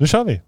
Nu kör vi!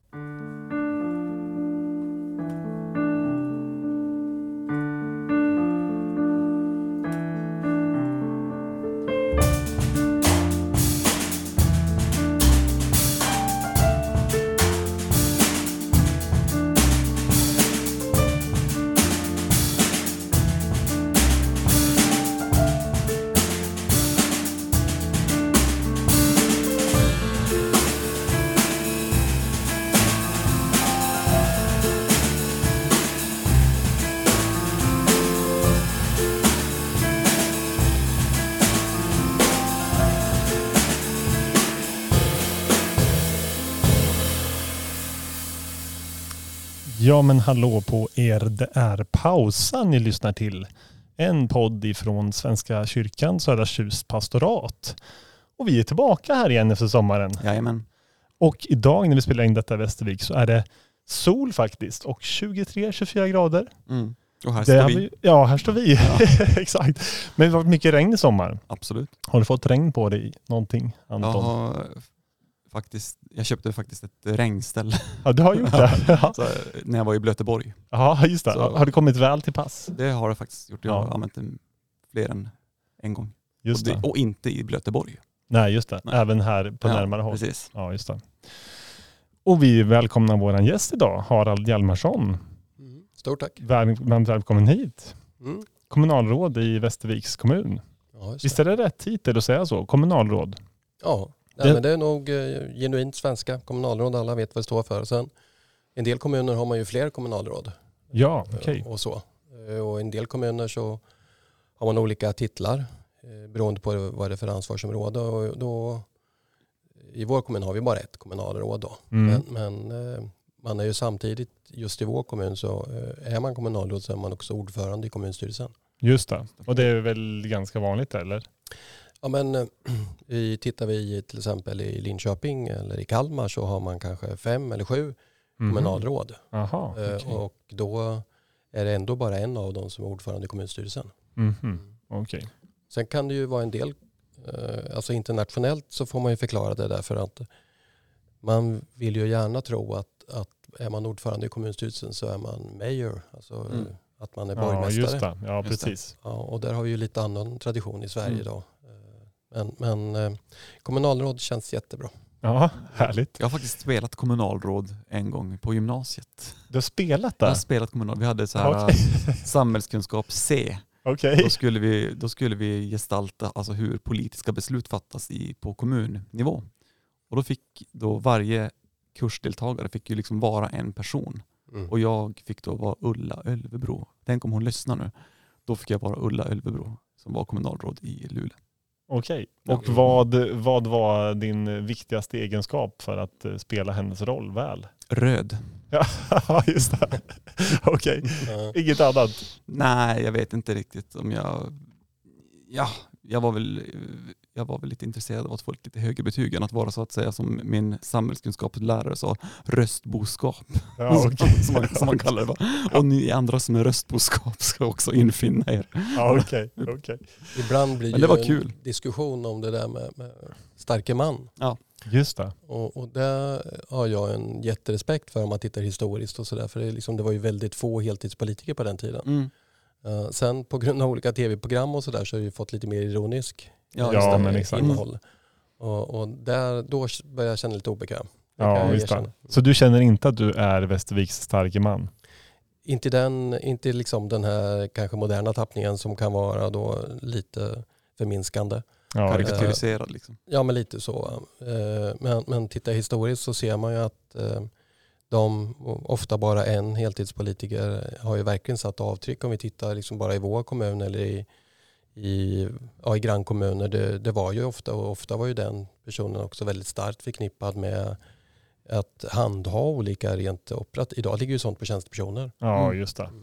Ja men hallå på er, det är pausan ni lyssnar till. En podd ifrån Svenska kyrkan, Södra Tjust pastorat. Och vi är tillbaka här igen efter sommaren. Jajamän. Och idag när vi spelar in detta i Västervik så är det sol faktiskt och 23-24 grader. Mm. Och här står vi. Ja, här står vi. Ja. Exakt. Men det har varit mycket regn i sommar. Absolut. Har du fått regn på dig någonting, Anton? Jag köpte faktiskt ett regnställ. Ja, du har gjort det. Ja. Så, när jag var i Blöteborg. Ja, just det. Så, har det kommit väl till pass? Det har det faktiskt gjort. Jag har använt det fler än en gång. Just det. Och inte i Blöteborg. Nej, just det. Nej. Även här på närmare håll. Precis. Ja, just det. Och vi välkomnar våran gäst idag, Harald Hjalmarsson. Stort tack. Välkommen hit. Mm. Kommunalråd i Västerviks kommun. Ja, visst är det rätt titel att säga så? Kommunalråd? Ja, men det är nog genuint svenska kommunalråd. Alla vet vad det står för. Sen, en del kommuner har man ju fler kommunalråd. Ja, okej. Och så. Och i en del kommuner så har man olika titlar beroende på vad det är för ansvarsområde. Och då, i vår kommun har vi bara ett kommunalråd då. Men man är ju samtidigt, just i vår kommun så är man kommunalråd så är man också ordförande i kommunstyrelsen. Just det. Och det är väl ganska vanligt eller? Ja, men tittar vi till exempel i Linköping eller i Kalmar så har man kanske 5 eller 7 kommunalråd. Aha, okay. Och då är det ändå bara en av dem som är ordförande i kommunstyrelsen. Okay. Sen kan det ju vara en del, alltså internationellt så får man ju förklara det därför att man vill ju gärna tro att är man ordförande i kommunstyrelsen så är man mayor, alltså att man är borgmästare. Ja, just det. Ja, precis. Ja, och där har vi ju lite annan tradition i Sverige då. Men kommunalråd känns jättebra. Ja, härligt. Jag har faktiskt spelat kommunalråd en gång på gymnasiet. Du har spelat där? Jag har spelat kommunalråd. Vi hade så här samhällskunskap C. Okay. Då skulle vi gestalta alltså hur politiska beslut fattas på kommunnivå. Och då fick varje kursdeltagare fick ju liksom vara en person. Och jag fick då vara Ulla Ölvebro. Tänk om hon lyssnar nu. Då fick jag vara Ulla Ölvebro som var kommunalråd i Luleå. Okej. Och vad var din viktigaste egenskap för att spela hennes roll väl? Röd. Ja, just det. Okej. Inget annat? Nej, jag vet inte riktigt om jag var väl lite intresserad av att få lite högre betyg än att vara så att säga som min samhällskunskapslärare sa, röstboskap. Ja, okay. som man kallar det. Va? Och ni andra som är röstboskap ska också infinna er. Ja, okej. Ibland blir det var ju kul. En diskussion om det där med starke man. Ja. Just det. Och där har jag en jätterespekt för om man tittar historiskt och sådär. För det var ju väldigt få heltidspolitiker på den tiden. Sen på grund av olika tv-program och sådär så har vi fått lite mer ironisk innehåll. Och då börjar jag känna lite obekväm. Ja, visst. Så du känner inte att du är Västerviks starke man? Inte liksom den här kanske moderna tappningen som kan vara då lite förminskande. Ja, karikaturiserad liksom. Ja, men lite så. Men titta historiskt så ser man ju att ofta bara en heltidspolitiker har ju verkligen satt avtryck om vi tittar liksom bara i vår kommun eller i grannkommuner. Det var ju ofta var ju den personen också väldigt starkt förknippad med att handha olika rent operativt. Idag ligger ju sånt på tjänstepersoner. Ja, just det.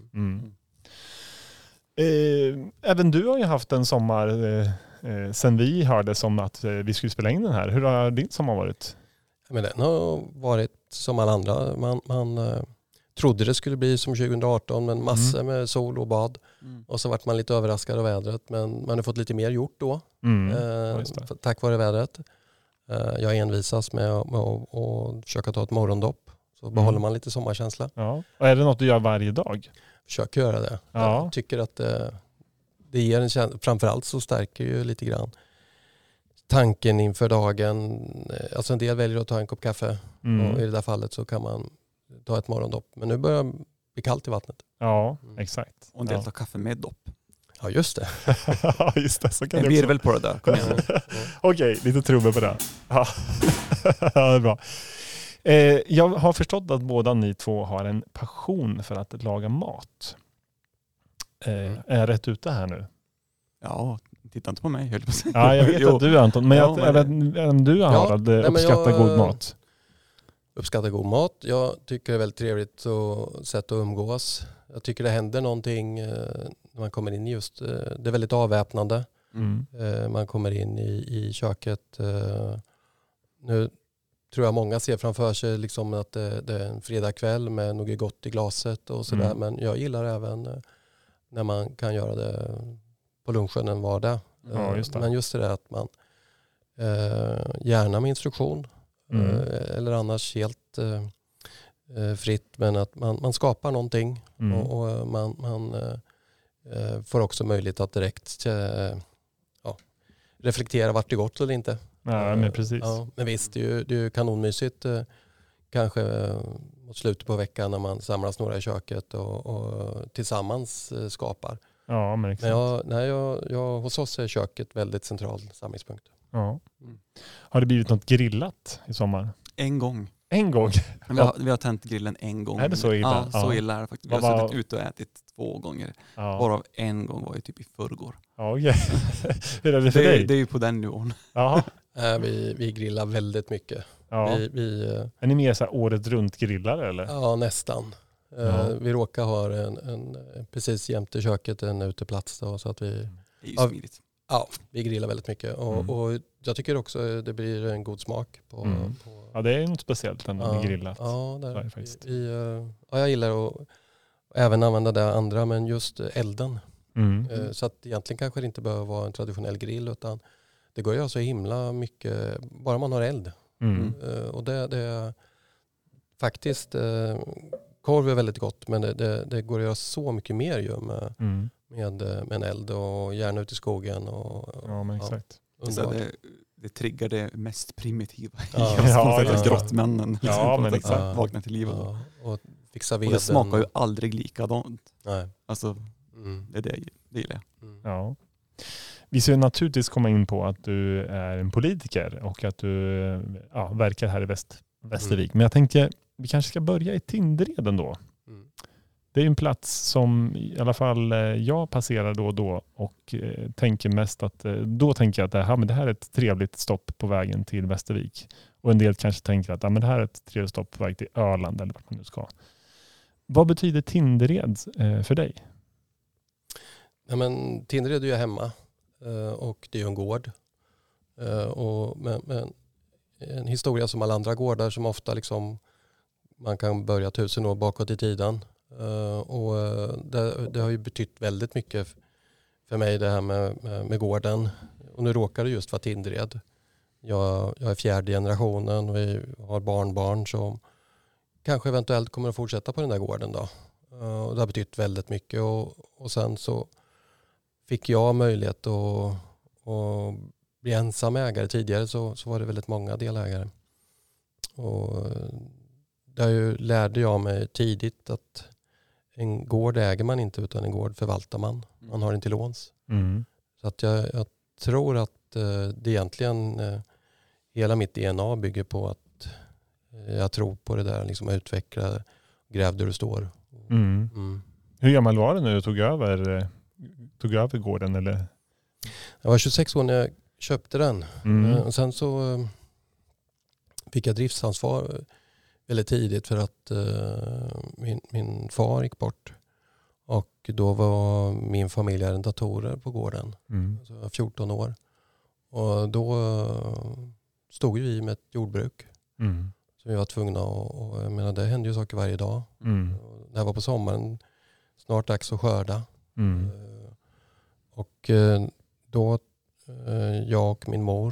Även du har ju haft en sommar sen vi hörde som att vi skulle spela in den här. Hur har din sommar varit? Men den har varit som alla andra. Man trodde det skulle bli som 2018 men massor med sol och bad. Och så vart man lite överraskad av vädret. Men man har fått lite mer gjort då. Tack vare vädret. Jag envisas med att försöka ta ett morgondopp. Så behåller man lite sommarkänsla. Ja. Och är det något du gör varje dag? Försöker göra det. Ja. Jag tycker att det ger en känsla. Framförallt så stärker ju lite grann tanken inför dagen. Alltså en del väljer att ta en kopp kaffe. Och i det där fallet så kan man ta ett morgondopp. Men nu börjar det bli kallt i vattnet. Ja, exakt. Och en del tar kaffe med dopp. Ja, just det. Ja, just det. Så kan En det också. virvel på det där. Kom igen. Okej, lite trubbel på det. Ja. Ja, det är bra. Jag har förstått att båda ni två har en passion för att laga mat. Är jag rätt ute här nu? Ja, titta inte på mig. Höll på att säga. Ja, jag vet Jo. att du Anton, men Ja, jag vet om du Harald uppskattar god mat. Uppskattar god mat. Jag tycker det är väldigt trevligt sätt att umgås. Jag tycker det händer någonting när man kommer in just. Det är väldigt avväpnande. Man kommer in i köket. Nu tror jag många ser framför sig liksom att det är en fredagkväll med något gott i glaset och sådär. Men jag gillar även när man kan göra det på lunchen en vardag. Ja, just det. Men just det där att man gärna med instruktion eller annars helt fritt, men att man skapar någonting och man får också möjlighet att direkt reflektera vart det gått eller inte. Ja, men precis. Ja, men visst, det är ju kanonmysigt kanske mot slutet på veckan när man samlas några i köket och tillsammans skapar. Ja, men exakt. Men hos oss är köket väldigt central samlingspunkt. Ja. Har det blivit något grillat i sommar? En gång. En gång? Men vi har tänt grillen en gång. Är det så illa? Ja, så illa är det faktiskt. Vi har suttit ute och ätit 2 gånger. Ja. Varav en gång var ju typ i förrgår. Ja, okej. Hur är det för dig? Det är ju på den nivån. Jaha. Vi grillar väldigt mycket. Ja. Är ni mer så här året runt grillare eller? Ja, nästan. Ja. Vi råkar ha en precis jämte köket en uteplats då, så att vi... Det är ju smidigt. Ja, vi grillar väldigt mycket. Och jag tycker också det blir en god smak på... Ja, det är något speciellt ändå med grillat. Ja, det är det faktiskt. Jag gillar att även använda det andra, men just elden. Så att egentligen kanske det inte behöver vara en traditionell grill, utan det går att göra så himla mycket bara man har eld. Och det är faktiskt... korv är väldigt gott, men det går att göra så mycket mer ju med en eld och gärna ut i skogen. Ja, men exakt. Så det triggar det mest primitiva Ja, grottmännen. Ja, men exakt. Vakna till livet. Ja, och fixa veden. Och det smakar ju aldrig likadant. Nej. Alltså, det gillar jag. Ja. Vi ska naturligtvis komma in på att du är en politiker och att du verkar här i Västervik. Men jag tänker, vi kanske ska börja i Tindered ändå. Det är en plats som i alla fall jag passerar då och då och tänker mest att då tänker jag att det här är ett trevligt stopp på vägen till Västervik. Och en del kanske tänker att det här är ett trevligt stopp på väg till Öland eller vart man nu ska. Vad betyder Tindered för dig? Ja, men Tindered är ju hemma och det är ju en gård. Men en historia som alla andra gårdar som ofta liksom man kan börja 1000 år bakåt i tiden. Och det har ju betytt väldigt mycket för mig det här med gården. Och nu råkar det just vara Tindered. Jag är 4:e generationen och vi har barnbarn som kanske eventuellt kommer att fortsätta på den där gården då. Och det har betytt väldigt mycket. Och sen så fick jag möjlighet att bli ensam ägare. Tidigare så var det väldigt många delägare. Och där lärde jag mig tidigt att en gård äger man inte, utan en gård förvaltar man. Man har den till låns. Så att jag tror att det egentligen hela mitt DNA bygger på att jag tror på det där liksom att utveckla, gräv där du står. Hur gammal var du när du tog över gården? Eller? Jag var 26 år när jag köpte den. Och sen så fick jag driftsansvar väldigt tidigt för att min far gick bort. Och då var min familj arrendatorer på gården. Så jag var 14 år. Och då stod vi med ett jordbruk. Så vi var tvungna och jag menar, det hände ju saker varje dag. När jag var på sommaren, snart dags att skörda. Och då jag och min mor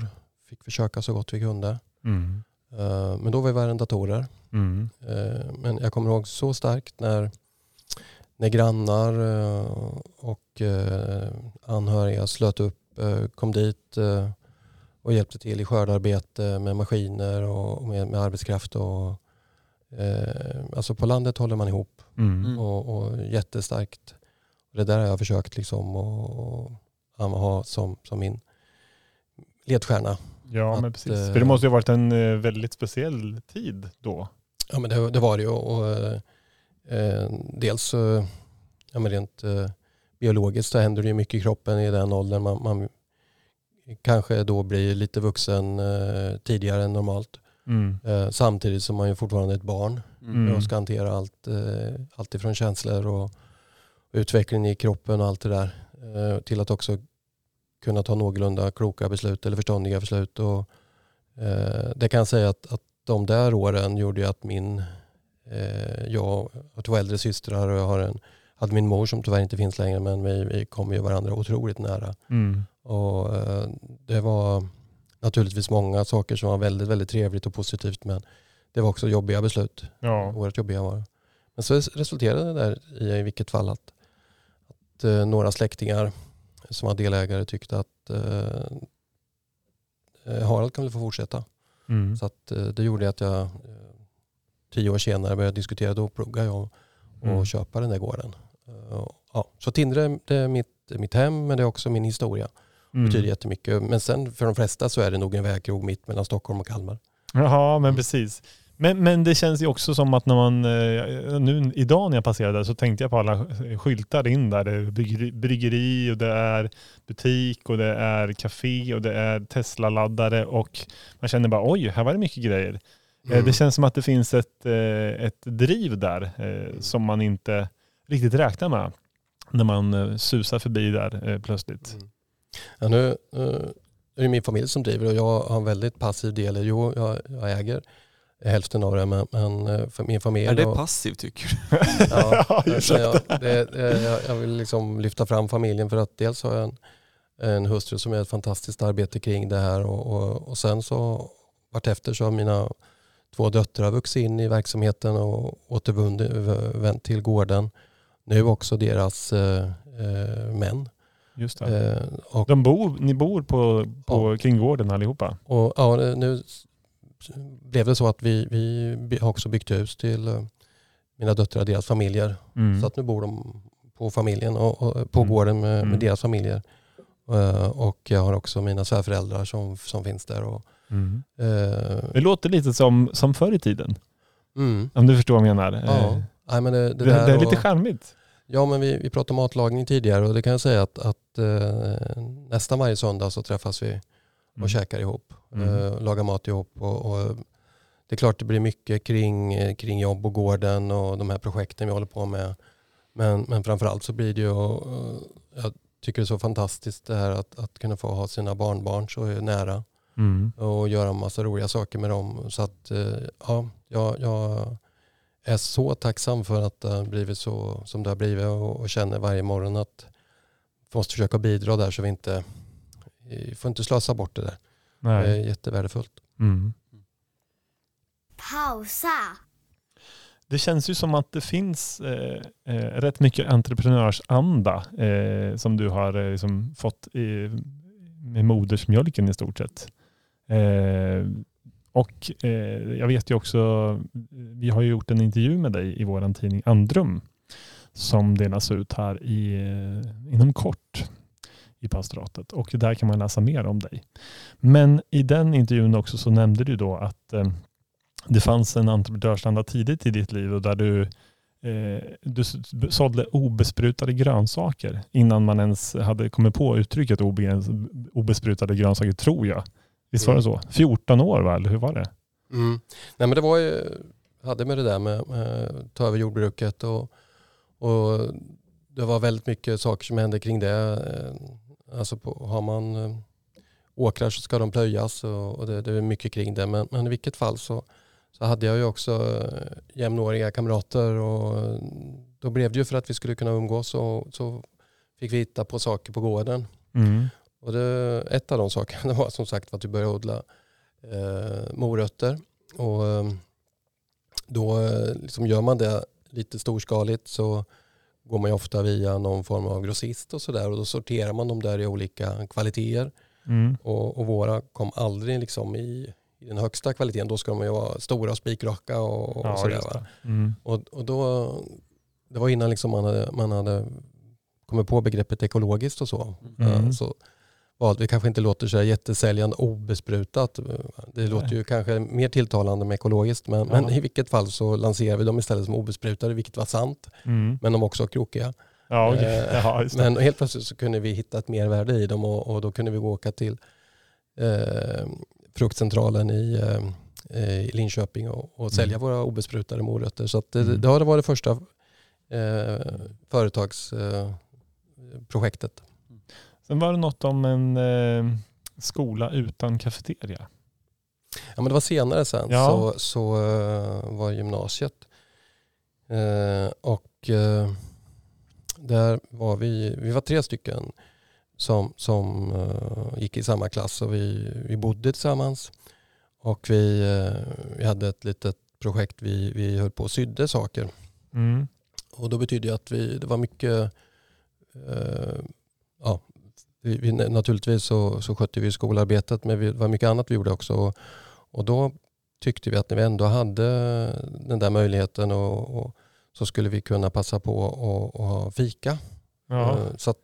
fick försöka så gott vi kunde. Mm. Men då var vi arrendatorer. Mm. Men jag kommer ihåg så starkt när grannar och anhöriga slöt upp, kom dit och hjälpte till i skördarbete med maskiner och med arbetskraft. Alltså på landet håller man ihop och jättestarkt. Det där har jag försökt liksom att ha som min ledstjärna. Ja, men precis. För det måste ju ha varit en väldigt speciell tid då. Ja, men det var det ju. Och, dels rent biologiskt så händer det ju mycket i kroppen i den åldern. Man kanske då blir lite vuxen tidigare än normalt. Samtidigt som man ju fortfarande är ett barn och ska hantera allt ifrån känslor och utveckling i kroppen och allt det där till att också kunna ta någorlunda kloka beslut eller förståndiga beslut. Och, det kan jag säga att de där åren gjorde att jag har 2 äldre systrar och jag hade min mor som tyvärr inte finns längre, men vi kom ju varandra otroligt nära. Och det var naturligtvis många saker som var väldigt, väldigt trevligt och positivt, men det var också jobbiga beslut. Ja. Oerhört jobbiga var det. Men så resulterade det där i vilket fall att några släktingar som var delägare tyckte att Harald kan väl få fortsätta. Så att det gjorde att jag 10 år senare började diskutera, då pluggar jag och köpa den där gården. Ja, så Tindre det är mitt hem, men det är också min historia. Det betyder jättemycket. Men sen för de flesta så är det nog en vägkrog mitt mellan Stockholm och Kalmar. Jaha, men precis. Men det känns ju också som att när man nu idag när jag passerade där så tänkte jag på alla skyltar in där. Det är bryggeri och det är butik och det är café och det är Tesla-laddare och man känner bara oj, här var det mycket grejer. Det känns som att det finns ett driv där som man inte riktigt räknar med när man susar förbi där plötsligt. Ja, nu är det min familj som driver och jag har en väldigt passiv del. Jo, jag äger hälften av det, men för min familj... Är det passivt tycker du? Ja, jag vill liksom lyfta fram familjen för att dels har jag en hustru som gör ett fantastiskt arbete kring det här och sen så vartefter så har mina 2 döttrar vuxit in i verksamheten och återvänt till gården. Nu också deras män. Just det. Och ni bor på kring gården allihopa? Och ja, nu blev det så att vi har också byggt hus till mina döttrar och deras familjer. Så att nu bor de på familjen och på gården med deras familjer. Och jag har också mina svärföräldrar som finns där. Och, det låter lite som förr i tiden. Om du förstår vad jag menar. Ja. Nej, men det är lite charmigt. Ja, men vi pratade matlagning tidigare och det kan jag säga att nästan varje söndag så träffas vi och käkar ihop. Lagar mat ihop och det är klart det blir mycket kring jobb och gården och de här projekten vi håller på med. Men framförallt så blir det ju, jag tycker det är så fantastiskt det här att kunna få ha sina barnbarn så nära och göra en massa roliga saker med dem. Så att ja, jag är så tacksam för att det har blivit så som det har blivit och känner varje morgon att vi måste försöka bidra där så vi får inte slösa bort det där. Nej. Det är jättevärdefullt. Pausa. Det känns ju som att det finns rätt mycket entreprenörsanda som du har liksom fått med modersmjölken i stort sett. Och jag vet ju också, vi har ju gjort en intervju med dig i våran tidning Andrum som delas ut här inom kort i pastoratet. Och där kan man läsa mer om dig. Men i den intervjun också så nämnde du då att det fanns en entreprenörsanda tidigt i ditt liv och där du sålde obesprutade grönsaker innan man ens hade kommit på uttrycket obesprutade grönsaker, tror jag. Visst var det så? 14 år, va? Eller hur var det? Nej, men det var ju, hade med det där med ta över jordbruket och det var väldigt mycket saker som hände kring det. Alltså har man åkrar så ska de plöjas och det är mycket kring det. Men i vilket fall så hade jag ju också jämnåriga kamrater och då blev det ju för att vi skulle kunna umgås så fick vi hitta på saker på gården. Och ett av de sakerna var som sagt att vi började odla morötter. Och då liksom gör man det lite storskaligt så går man ju ofta via någon form av grossist och sådär. Och då sorterar man dem där i olika kvaliteter. Och våra kom aldrig liksom i den högsta kvaliteten. Då ska de ju vara stora och spikraka och sådär. Va? Och då, det var innan liksom man hade kommit på begreppet ekologiskt och så. Så det kanske inte låter så jättesäljande obesprutat. Det låter ju kanske mer tilltalande med ekologiskt. Men i vilket fall så lanserar vi dem istället som obesprutade, vilket var sant. Men de var också krokiga. Men helt plötsligt så kunde vi hitta ett mervärde i dem och då kunde vi åka till fruktcentralen i Linköping och sälja våra obesprutade morötter. Så att det har varit det första företagsprojektet. Sen var det något om en skola utan kafeteria. Ja, men det var senare sen. Ja. Så var gymnasiet. Där var vi var 3 stycken som gick i samma klass och vi bodde tillsammans. Och vi hade ett litet projekt, vi höll på och sydde saker. Och då betyder det att det var mycket naturligtvis så skötte vi skolarbetet, men det var mycket annat vi gjorde också. Och då tyckte vi att när vi ändå hade den där möjligheten och så skulle vi kunna passa på att ha fika. Så att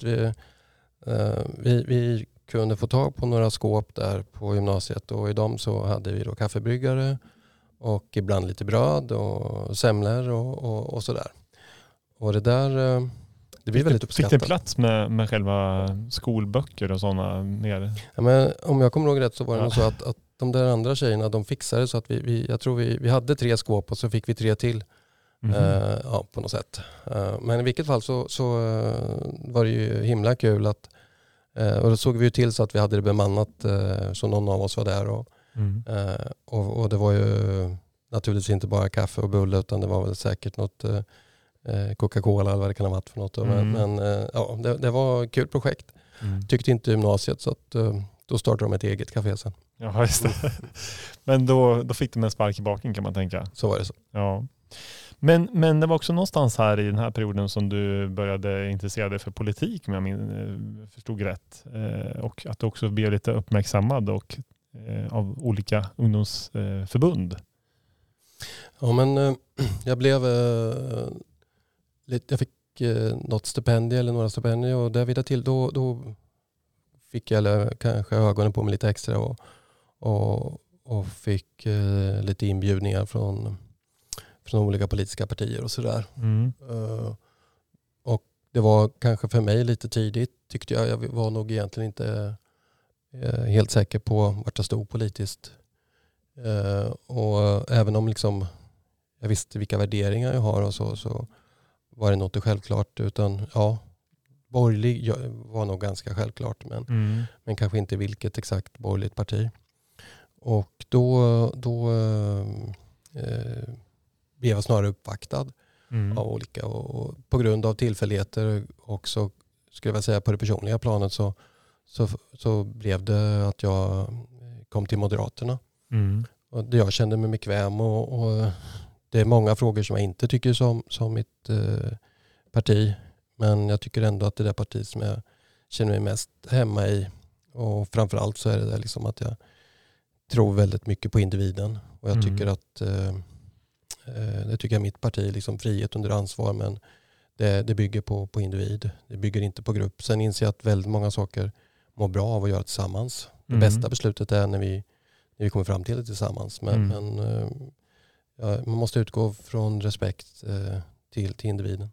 vi kunde få tag på några skåp där på gymnasiet och i dem så hade vi då kaffebryggare och ibland lite bröd och semlor och sådär. Och det där det blir väldigt uppskattat. Fick det plats med själva skolböcker och sådana mer? Ja, men om jag kommer ihåg rätt så var det nog så att de där andra tjejerna de fixade så att jag tror vi hade 3 skåp och så fick vi 3 till. På något sätt. Men i vilket fall så var det ju himla kul att och då såg vi ju till så att vi hade det bemannat så någon av oss var där och det var ju naturligtvis inte bara kaffe och bulle utan det var väl säkert något Coca-Cola eller vad det kan ha varit för något. Men det var ett kul projekt. Tyckte inte gymnasiet så att då startade de ett eget café sen. Ja, just det. Men då fick de en spark i baken kan man tänka. Så var det så. Ja. Men det var också någonstans här i den här perioden som du började intressera dig för politik, om jag förstod rätt. Och att du också blev lite uppmärksammad av olika ungdomsförbund. Ja, men jag fick något stipendium eller några stipendier och där vidare till då fick jag kanske ögonen på mig lite extra och fick lite inbjudningar från olika politiska partier och sådär. Och det var kanske för mig lite tidigt tyckte jag. Jag var nog egentligen inte helt säker på vart jag stod politiskt. Och även om liksom jag visste vilka värderingar jag har och så var det något självklart. Utan borgerlig var nog ganska självklart. Men kanske inte vilket exakt borgerligt parti. Och då blev jag snarare uppvaktad av olika. Och på grund av tillfälligheter också skulle jag säga på det personliga planet så blev det att jag kom till Moderaterna. Och det jag kände mig bekväm och det är många frågor som jag inte tycker som mitt parti. Men jag tycker ändå att det är det parti som jag känner mig mest hemma i. Och framförallt så är det liksom att jag tror väldigt mycket på individen. Och jag tycker att det tycker jag mitt parti liksom frihet under ansvar, men det bygger på individ. Det bygger inte på grupp. Sen inser jag att väldigt många saker mår bra av att göra tillsammans. Det bästa beslutet är när vi kommer fram till det tillsammans. Men man måste utgå från respekt till individen.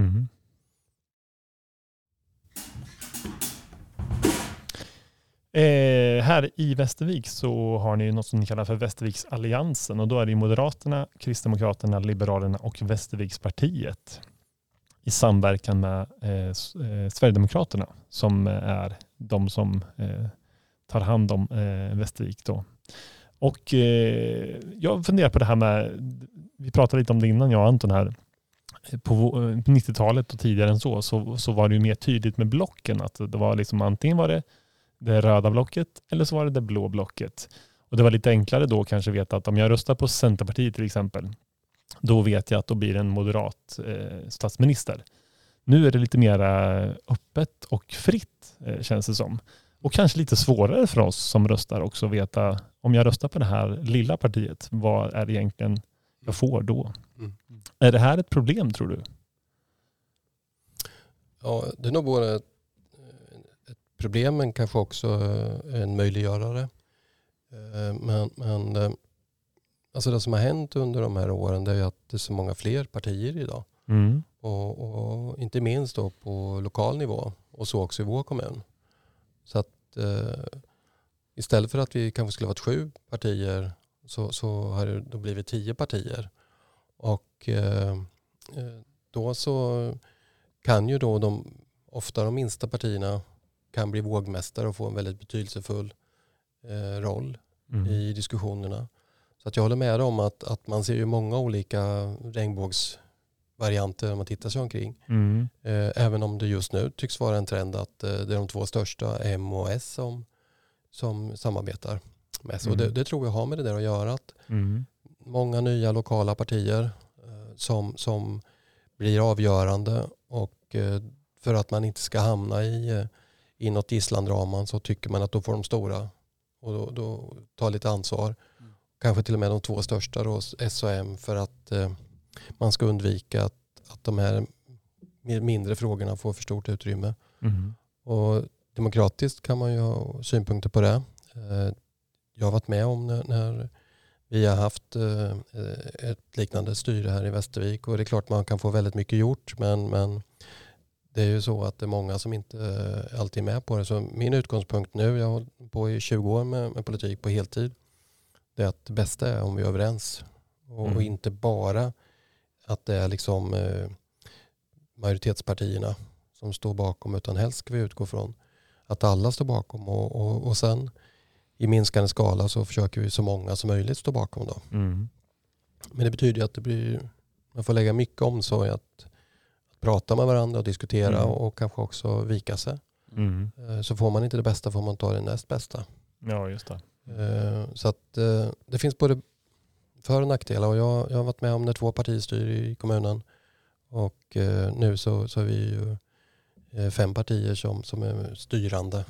Här i Västervik så har ni något som ni kallar för Västerviksalliansen och då är det Moderaterna, Kristdemokraterna, Liberalerna och Västervikspartiet i samverkan med Sverigedemokraterna som är de som tar hand om Västervik då. Och jag funderar på det här med, vi pratade lite om det innan jag och Anton här, på 90-talet och tidigare än så var det ju mer tydligt med blocken att det var liksom antingen var det det röda blocket eller så var det blå blocket. Och det var lite enklare då kanske veta att om jag röstar på Centerpartiet till exempel, då vet jag att då blir det en moderat statsminister. Nu är det lite mer öppet och fritt känns det som. Och kanske lite svårare för oss som röstar också att veta om jag röstar på det här lilla partiet, vad är det egentligen jag får då? Är det här ett problem tror du? Ja, det är nog både ett problem men kanske också en möjliggörare. Men alltså det som har hänt under de här åren det är att det är så många fler partier idag. Och inte minst då på lokal nivå och så också i vår kommun. Så att istället för att vi kanske skulle ha varit 7 partier så har det då blivit 10 partier. Och då så kan ju då ofta de minsta partierna kan bli vågmästare och få en väldigt betydelsefull roll i diskussionerna. Så att jag håller med om att man ser ju många olika regnbågsvarianter om man tittar sig omkring. Även om det just nu tycks vara en trend att det är de 2 största M och S som samarbetar med. Så det tror jag har med det där att göra. Att många nya lokala partier som blir avgörande och för att man inte ska hamna i något gisslandraman så tycker man att då får de stora och då tar lite ansvar. Kanske till och med de 2 största då, S och M, för att man ska undvika att de här mindre frågorna får för stort utrymme. Och demokratiskt kan man ju ha synpunkter på det. Jag har varit med om när vi har haft ett liknande styre här i Västervik och det är klart man kan få väldigt mycket gjort men det är ju så att det är många som inte alltid är med på det. Så min utgångspunkt nu, jag har hållit på i 20 år med politik på heltid, det är att det bästa är om vi är överens. Och inte bara att det är liksom majoritetspartierna som står bakom utan helst ska vi utgå från att alla står bakom och sen i minskande skala så försöker vi så många som möjligt stå bakom då. Men det betyder att man får lägga mycket omsorg att prata med varandra och diskutera och kanske också vika sig. Så får man inte det bästa får man ta det näst bästa. Ja, just det. Så att det finns både för- och nackdelar och jag har varit med om när 2 partier styr i kommunen och nu så är vi ju 5 partier som är styrande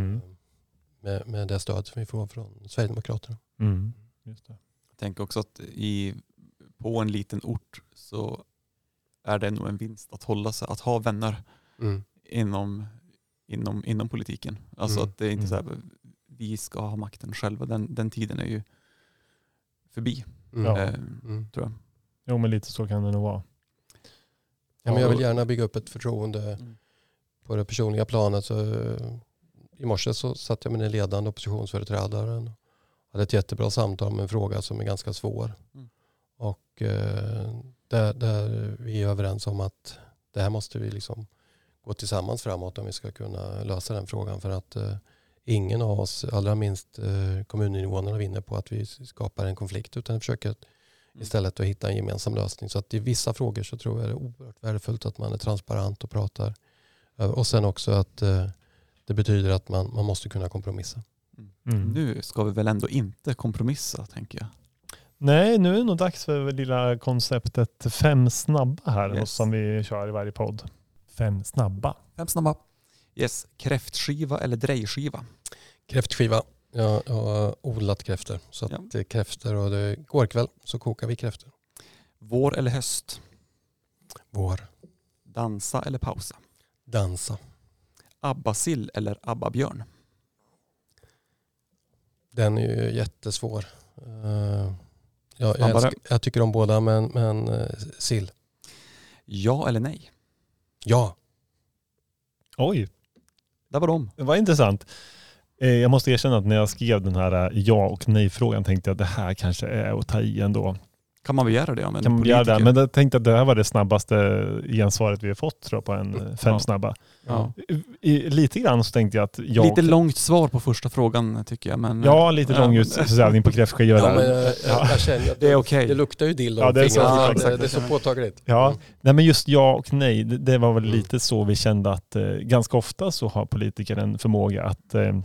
med det stöd som vi får från Sverigedemokraterna. Just det. Jag tänker också att på en liten ort så är det nog en vinst att hålla sig, att ha vänner inom politiken. Alltså att det är inte så här vi ska ha makten själva. Den tiden är ju förbi. Tror jag. Jo, men lite så kan det nog vara. Ja, men jag vill gärna bygga upp ett förtroende på det personliga planet. Så, i morse så satt jag med den ledande oppositionsföreträdaren och hade ett jättebra samtal om en fråga som är ganska svår. Och där vi är överens om att det här måste vi liksom gå tillsammans framåt om vi ska kunna lösa den frågan. För att ingen av oss, allra minst kommuninvånarna, vinner på att vi skapar en konflikt utan försöker istället att hitta en gemensam lösning. Så att i vissa frågor så tror jag det är oerhört värdefullt att man är transparent och pratar. Och sen också att det betyder att man måste kunna kompromissa. Nu ska vi väl ändå inte kompromissa, tänker jag. Nej, nu är det nog dags för det lilla konceptet 5 snabba här som vi kör i varje podd. 5 snabba. 5 snabba. Yes, kräftskiva eller drejskiva? Kräftskiva. Jag har odlat kräftor. Så att det är kräftor och går kväll så kokar vi kräftor. Vår eller höst? Vår. Dansa eller pausa? Dansa. Abbasill eller abbabjörn? Den är ju jättesvår. Jag tycker om båda men sill. Ja eller nej? Ja. Oj. Där var de. Det var intressant. Jag måste erkänna att när jag skrev den här ja och nej-frågan tänkte jag att det här kanske är att ta i ändå. Kan man begära det? Kan man begära det? Men jag tänkte att det här var det snabbaste gensvaret vi har fått tror jag, på en 5 snabba. Ja. Lite grann så tänkte jag att jag... Lite långt svar på första frågan tycker jag. Men, ja, lite lång utsvävning på kräftskivor. Jag känner att det är okej. Det luktar ju dill. Ja, det är så påtagligt. Ja, nej, men just ja och nej, det var väl lite så vi kände att ganska ofta så har politiker en förmåga att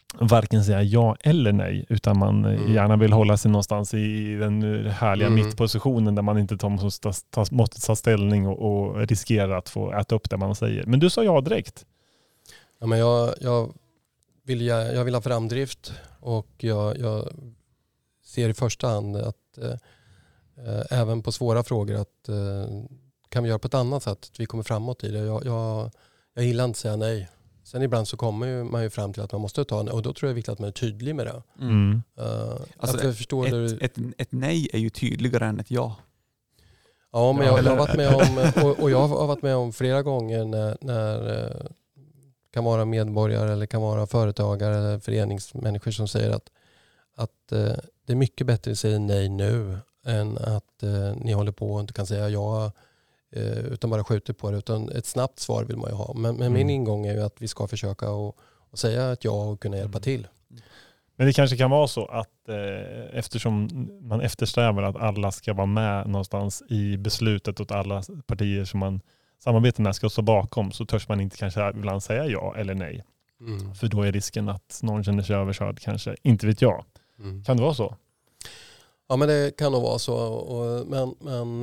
varken säga ja eller nej, utan man gärna vill hålla sig någonstans i den härliga mittpositionen där man inte måste ta ställning och riskera att få äta upp det man säger. Men du sa ja direkt. Ja, men jag vill ha framdrift, och jag ser i första hand att även på svåra frågor att kan vi göra på ett annat sätt, att vi kommer framåt i det. Jag gillar inte att säga nej. Sen ibland så kommer man ju fram till att man måste ta det, och då tror jag det är viktigt att man är tydlig med det. Alltså jag förstår ett nej är ju tydligare än ett ja. Ja, men jag har varit med om, och jag har varit med om flera gånger när kan vara medborgare eller kan vara företagare eller föreningsmänniskor som säger att det är mycket bättre att säga nej nu än att ni håller på och inte kan säga ja utan bara skjuter på det. Utan ett snabbt svar vill man ju ha. Men min ingång är ju att vi ska försöka och säga ett ja och kunna hjälpa till. Men det kanske kan vara så att eftersom man eftersträvar att alla ska vara med någonstans i beslutet och alla partier som man samarbetar med ska stå bakom, så törs man inte kanske ibland säga ja eller nej. För då är risken att någon känner sig överkörd kanske. Inte vet jag. Kan det vara så? Ja, men det kan nog vara så. Men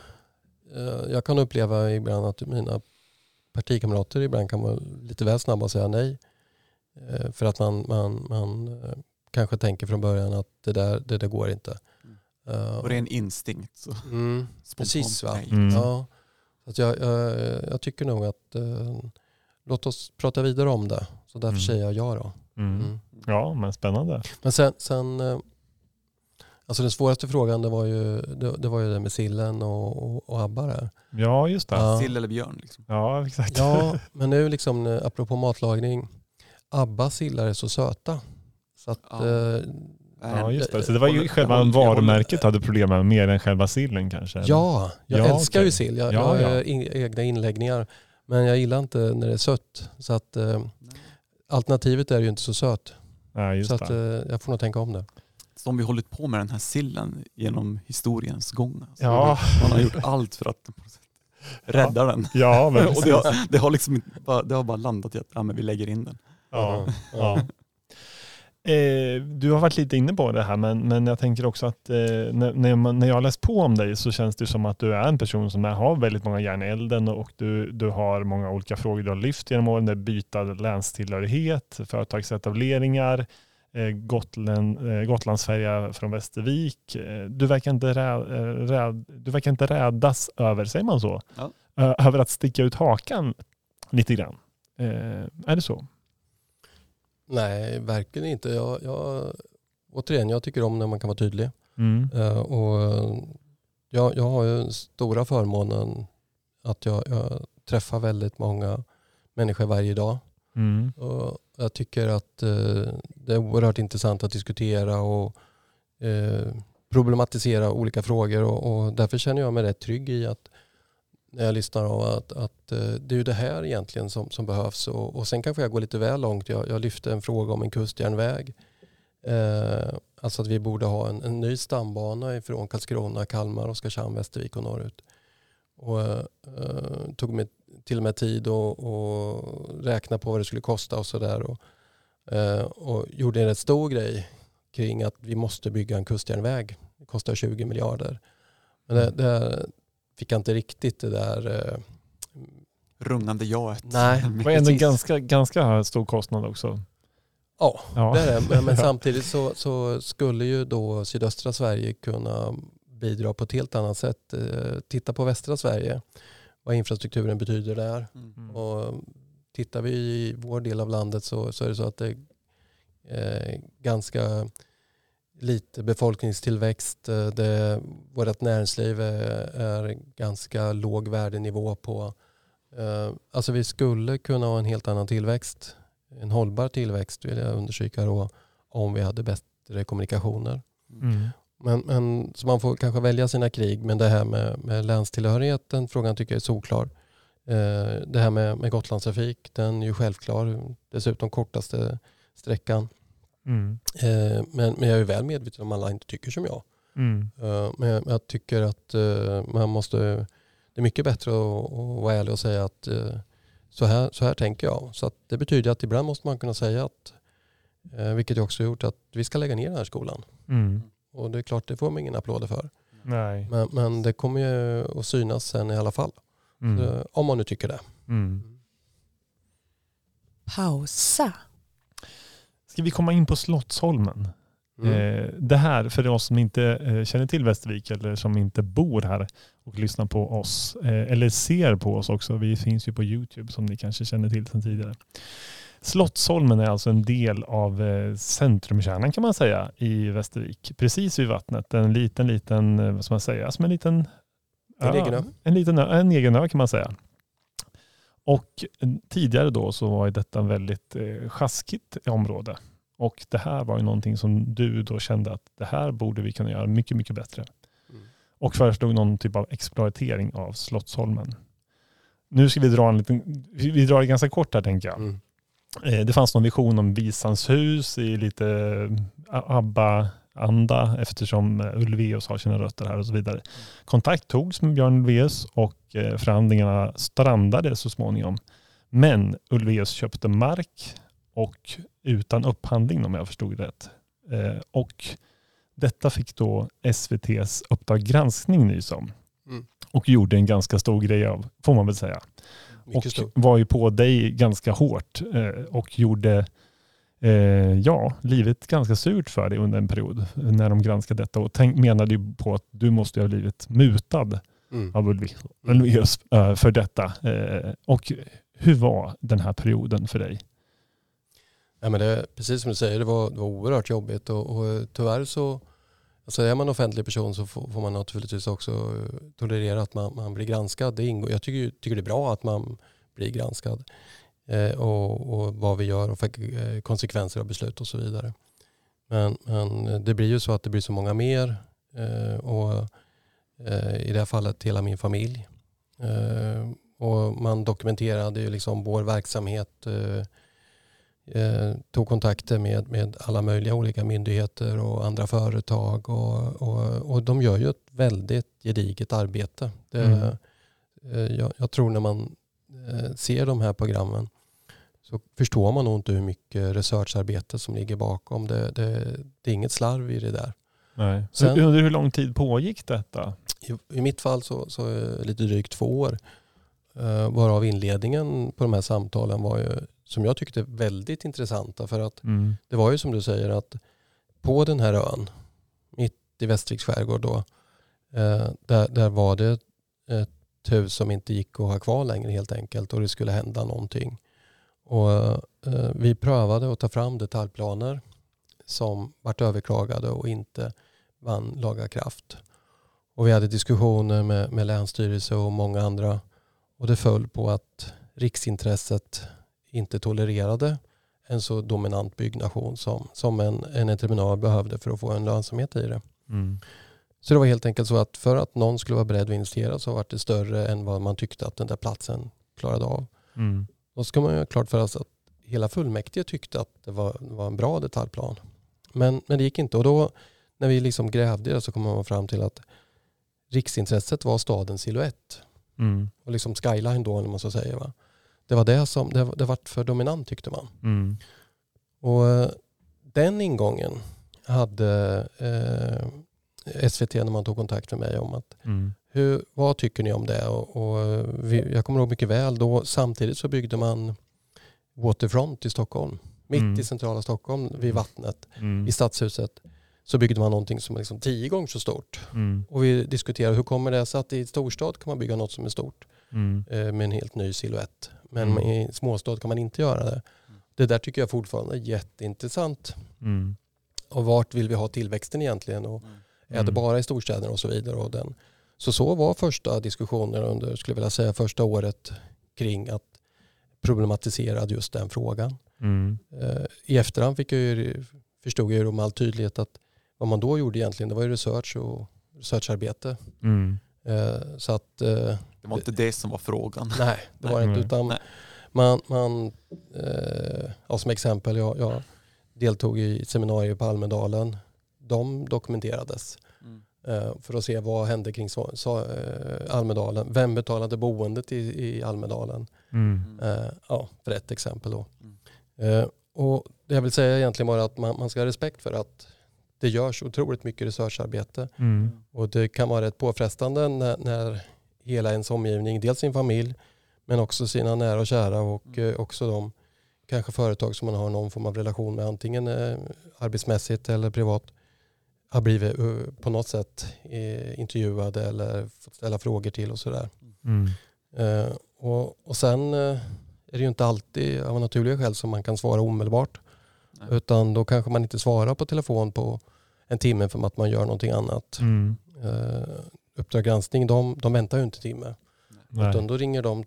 jag kan uppleva ibland att mina partikamrater ibland kan vara lite väl snabba att säga nej. För att man kanske tänker från början att det där går inte. Och det är en instinkt. Så. Precis, va? Ja. Så att jag tycker nog att låt oss prata vidare om det. Så därför säger jag ja då. Ja, men spännande. Men sen alltså den svåraste frågan det var ju det med sillen och Abba där. Ja, just det. Ja. Sill eller björn liksom. Ja, exakt. Ja, men nu liksom apropå matlagning, Abba sillar är så söta. Så att ja, just det. Så det var ju själva varumärket hade problem med mer än själva sillen kanske? Ja, jag älskar ju sill. Jag har ja. egna inläggningar. Men jag gillar inte när det är sött. Så att alternativet är ju inte så sött. Ja, just så att jag får nog tänka om det. Som vi hållit på med den här sillen genom historiens gång. Alltså. Ja. Man har gjort allt för att rädda den. Ja, men och det har liksom det har bara landat i att men vi lägger in den. Ja. Du har varit lite inne på det här, men jag tänker också att när jag har läst på om dig så känns det som att du är en person som har väldigt många järn i elden, och du har många olika frågor du har lyft genom åren. Det byta länstillhörighet, företagsetableringar, Gotlandsfärja från Västervik. Du verkar inte rädas över, säger man så? Ja. Över att sticka ut hakan lite grann. Är det så? Nej, verkligen inte. Jag tycker om när man kan vara tydlig. Och jag har ju stora förmånen att jag träffar väldigt många människor varje dag. Och jag tycker att det är oerhört intressant att diskutera och problematisera olika frågor. Och därför känner jag mig rätt trygg i att när jag lyssnar av att det är ju det här egentligen som behövs. Och sen kanske jag går lite väl långt. Jag lyfte en fråga om en kustjärnväg. Alltså att vi borde ha en ny stambana från Karlskrona, Kalmar, Oskarshamn, Västervik och norrut. Och tog mig till och med tid och räkna på vad det skulle kosta och sådär. Och gjorde en rätt stor grej kring att vi måste bygga en kustjärnväg. Det kostar 20 miljarder. Men det fick jag inte riktigt det där rungande jaet. Nej, det var ändå ganska stor kostnad också. Ja. Det är det. Men samtidigt så skulle ju då sydöstra Sverige kunna bidra på ett helt annat sätt. Titta på västra Sverige, vad infrastrukturen betyder där. Och tittar vi i vår del av landet så är det så att det är ganska lite befolkningstillväxt. Vårt näringsliv är ganska låg värdenivå på. Alltså vi skulle kunna ha en helt annan tillväxt. En hållbar tillväxt vill jag undersöka då, om vi hade bättre kommunikationer. Men så man får kanske välja sina krig. Men det här med länstillhörigheten, frågan tycker jag är solklar. Det här med Gotlandstrafik, den är ju självklar. Dessutom kortaste sträckan. Men jag är väl medveten om alla inte tycker som jag. Men jag tycker att man måste, det är mycket bättre att vara ärlig och säga att så här tänker jag. Så att det betyder att ibland måste man kunna säga att Vilket ju också gjort att vi ska lägga ner den här skolan. Mm. Och det är klart, det får man ingen applåder för. Nej. Men det kommer ju att synas sen i alla fall. Så, om man nu tycker det. Pausa. Ska vi komma in på Slottsholmen? Det här, för oss som inte känner till Västervik eller som inte bor här och lyssnar på oss eller ser på oss också. Vi finns ju på YouTube som ni kanske känner till sedan tidigare. Slottsholmen är alltså en del av centrumkärnan kan man säga i Västervik. Precis vid vattnet. En liten, vad ska man säga, som en liten en egen ö kan man säga. Och tidigare då så var detta en väldigt sjaskigt område. Och det här var ju någonting som du då kände att det här borde vi kunna göra mycket, mycket bättre. Och föreslog någon typ av exploatering av Slottsholmen. Nu ska vi drar det ganska kort här tänker jag. Det fanns någon vision om Visans hus i lite ABBA-anda eftersom Ulvaeus har sina rötter här och så vidare. Kontakt togs med Björn Ulvaeus och förhandlingarna strandade så småningom. Men Ulvaeus köpte mark och utan upphandling om jag förstod rätt. Och detta fick då SVT:s Uppdrag granskning nys om. Och gjorde en ganska stor grej av, får man väl säga. Och var ju på dig ganska hårt och gjorde livet ganska surt för dig under en period när de granskade detta och menade ju på att du måste ha blivit mutad av Ulvaeus för detta. Och hur var den här perioden för dig? Ja, men det, precis som du säger, det var oerhört jobbigt och tyvärr så alltså är man offentlig person så får man naturligtvis också tolerera att man blir granskad. Det ingår, jag tycker det är bra att man blir granskad och vad vi gör och för konsekvenser av beslut och så vidare. Men det blir ju så att det blir så många mer och i det här fallet hela min familj. Och man dokumenterade ju liksom vår verksamhet, tog kontakter med alla möjliga olika myndigheter och andra företag och de gör ju ett väldigt gediget arbete. Jag tror när man ser de här programmen så förstår man nog inte hur mycket researcharbete som ligger bakom. Det är inget slarv i det där. Nej. Sen, under hur lång tid pågick detta? I mitt fall så lite drygt 2 år. Varav inledningen på de här samtalen var ju, som jag tyckte, väldigt intressanta. För att det var ju som du säger att på den här ön, mitt i Västerviks skärgård då, där var det ett hus som inte gick att ha kvar längre helt enkelt. Och det skulle hända någonting. Och vi prövade att ta fram detaljplaner som vart överklagade och inte vann laga kraft. Och vi hade diskussioner med Länsstyrelse och många andra. Och det föll på att riksintresset inte tolererade en så dominant byggnation som en entreprenör behövde för att få en lönsamhet i det. Så det var helt enkelt så att för att någon skulle vara beredd att investera så var det större än vad man tyckte att den där platsen klarade av. Då ska man ju ha klart för oss att hela fullmäktige tyckte att det var en bra detaljplan. Men det gick inte. Och då när vi liksom grävde det så kom man fram till att riksintresset var stadens silhuett. Och liksom skyline då, när man så säger. Va? Det var det som det var för dominant tyckte man. Och den ingången hade SVT när man tog kontakt med mig om att vad tycker ni om det? Och jag kommer ihåg mycket väl då, samtidigt så byggde man Waterfront i Stockholm. Mitt i centrala Stockholm vid vattnet, i stadshuset. Så byggde man någonting som är liksom 10 gånger så stort. Och vi diskuterade hur kommer det sig att i storstad kan man bygga något som är stort med en helt ny silhuett. Men i småstad kan man inte göra det. Det där tycker jag fortfarande är jätteintressant. Och vart vill vi ha tillväxten egentligen? Och är det bara i storstäderna och så vidare? Och så var första diskussioner under, skulle jag vilja säga, första året kring att problematisera just den frågan. I efterhand förstod jag med all tydlighet att vad man då gjorde egentligen, det var ju researcharbete. Så att, det var inte det som var frågan. Nej, det var inte. Utan som exempel, jag deltog i seminarier på Almedalen. De dokumenterades för att se vad hände kring Almedalen. Vem betalade boendet i Almedalen? För ett exempel då. Och det jag vill säga egentligen bara att man ska ha respekt för att det görs otroligt mycket researcharbete. Och det kan vara rätt påfrestande när hela ens omgivning, dels sin familj men också sina nära och kära och också de kanske företag som man har någon form av relation med, antingen arbetsmässigt eller privat, har blivit på något sätt intervjuade eller fått ställa frågor till och sådär. Och sen är det ju inte alltid av naturliga skäl som man kan svara omedelbart. Nej. Utan då kanske man inte svarar på telefon på en timme för att man gör någonting annat. Uppdrag granskning, de väntar ju inte en timme. Utan då ringer de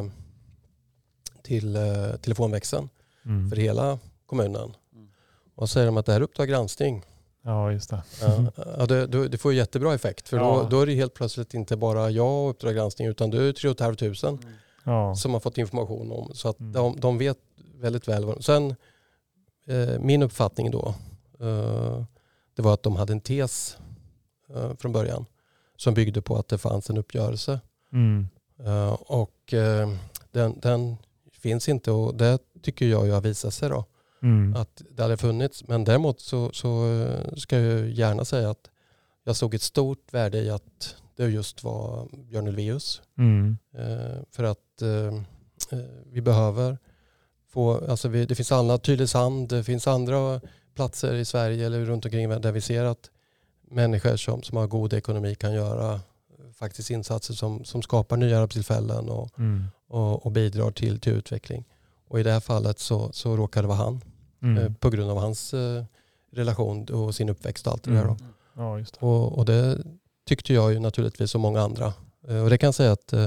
till telefonväxeln för hela kommunen. Och säger de att det här är Uppdrag granskning. Ja, just det. Det får ju jättebra effekt. För då är det helt plötsligt inte bara jag och Uppdrag granskning, utan det är 3 500 som har fått information om. Så att de vet väldigt väl. Sen min uppfattning då, det var att de hade en tes från början som byggde på att det fanns en uppgörelse. Och den finns inte, och det tycker jag ju har visat sig då. Att det hade funnits. Men däremot så ska jag gärna säga att jag såg ett stort värde i att det just var Björn Ulvaeus. För att vi behöver få, alltså det finns annat, Tylösand, det finns andra platser i Sverige eller runt omkring där vi ser att människor som har god ekonomi kan göra faktiskt insatser som skapar nya arbetstillfällen och bidrar till utveckling. Och i det här fallet så råkar det vara han. På grund av hans relation och sin uppväxt och allt det där. Då. Ja, just det. Och det tyckte jag ju naturligtvis som många andra. Och det kan jag säga att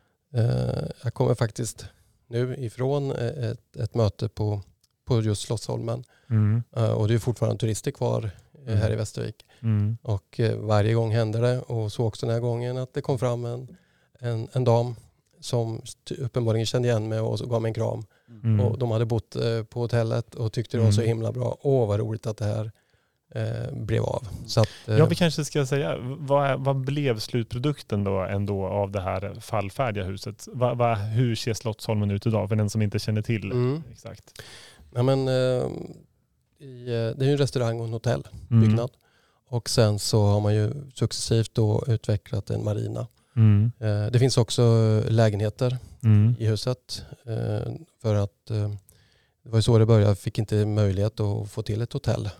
jag kommer faktiskt nu ifrån ett möte på just Slottsholmen. Och det är fortfarande turister kvar här i Västervik. Och varje gång händer det, och så också den här gången, att det kom fram en dam som uppenbarligen kände igen mig och gav mig en kram. Och de hade bott på hotellet och tyckte det var så himla bra. Vad roligt att det här blev av. Så att, vi kanske ska säga, vad blev slutprodukten då ändå av det här fallfärdiga huset? Hur ser Slottsholmen ut idag för den som inte känner till exakt? Ja, men, det är ju en restaurang och en hotellbyggnad. Och sen så har man ju successivt då utvecklat en marina. Det finns också lägenheter i huset. För att det var ju så det började. Jag fick inte möjlighet att få till ett hotell.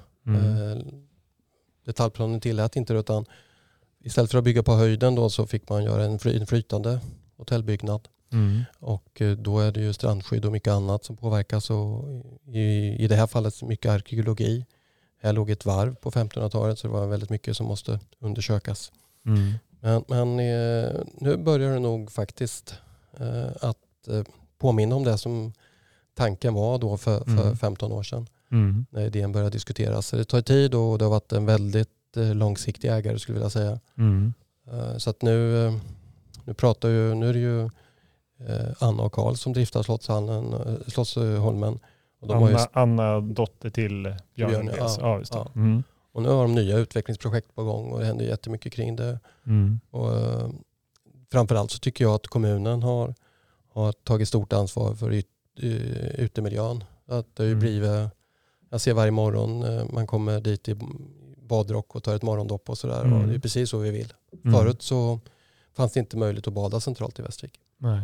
Detaljplanen tillät inte det, utan istället för att bygga på höjden då, så fick man göra en flytande hotellbyggnad. Och då är det ju strandskydd och mycket annat som påverkas. Och i det här fallet mycket arkeologi. Här låg ett varv på 1500-talet, så det var väldigt mycket som måste undersökas. Men nu börjar det nog faktiskt att påminna om det som tanken var då för 15 år sedan. När idén började diskuteras. Så det tar tid, och det har varit en väldigt långsiktig ägare, skulle jag vilja säga. Så att nu är det ju Anna och Karl som driftar Slottsholmen. Och Anna dotter till Björn. Ja, just det. Och nu har de nya utvecklingsprojekt på gång, och det händer jättemycket kring det. Och framförallt så tycker jag att kommunen har tagit stort ansvar för utemiljön. Att det har ju blivit, jag ser varje morgon man kommer dit i badrock och tar ett morgondopp och sådär. Och det är precis så vi vill. Förut så fanns det inte möjligt att bada centralt i Västervik. Nej.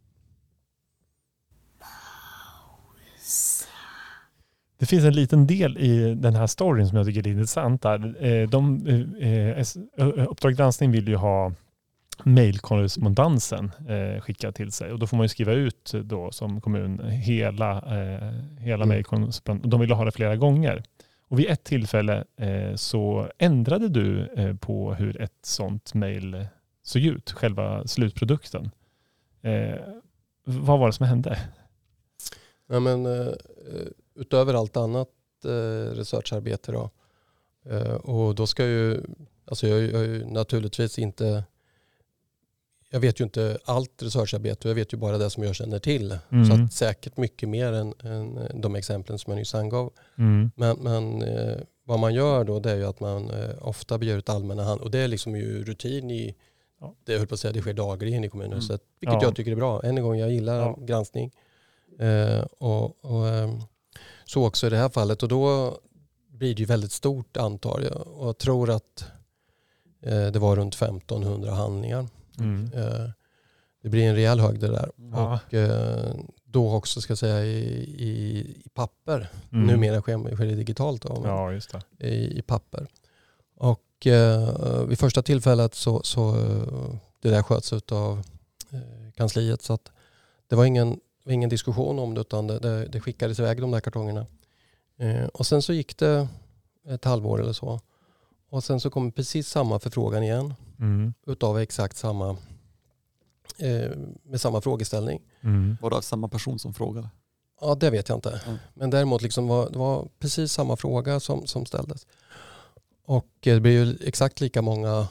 Det finns en liten del i den här storyn som jag tycker är intressant. Uppdrag granskning vill ju ha mejlkorrespondensen skickad till sig. Och då får man ju skriva ut då som kommun hela mejlkorrespondensen. De vill ha det flera gånger. Och vid ett tillfälle så ändrade du på hur ett sånt mejl såg ut. Själva slutprodukten. Vad var det som hände? Ja, men utöver allt annat researcharbete då. Och då ska ju, alltså jag är naturligtvis inte, jag vet ju inte allt researcharbete, jag vet ju bara det som jag känner till. Så att säkert mycket mer än de exemplen som jag nyss angav. Men vad man gör då, det är ju att man ofta begär ut allmänna hand, och det är liksom ju rutin i, det höll på att säga, det sker dagligen i kommunen. Så att, vilket jag tycker är bra. Än en gång, jag gillar granskning. Så också i det här fallet, och då blir det ju väldigt stort antal. Och jag tror att det var runt 1500 handlingar. Det blir en rejäl hög det där. Ja. Och då också ska jag säga i papper. Numera sker det digitalt då, Ja, just det. i papper. Och vid första tillfället så det där sköts av kansliet, så att det var ingen diskussion om det, utan det skickades iväg de där kartongerna. Och sen så gick det ett halvår eller så. Och sen så kom precis samma förfrågan igen utav exakt samma med samma frågeställning. Var det av samma person som frågade? Ja, det vet jag inte. Men däremot liksom det var precis samma fråga som ställdes. Och det blir ju exakt lika många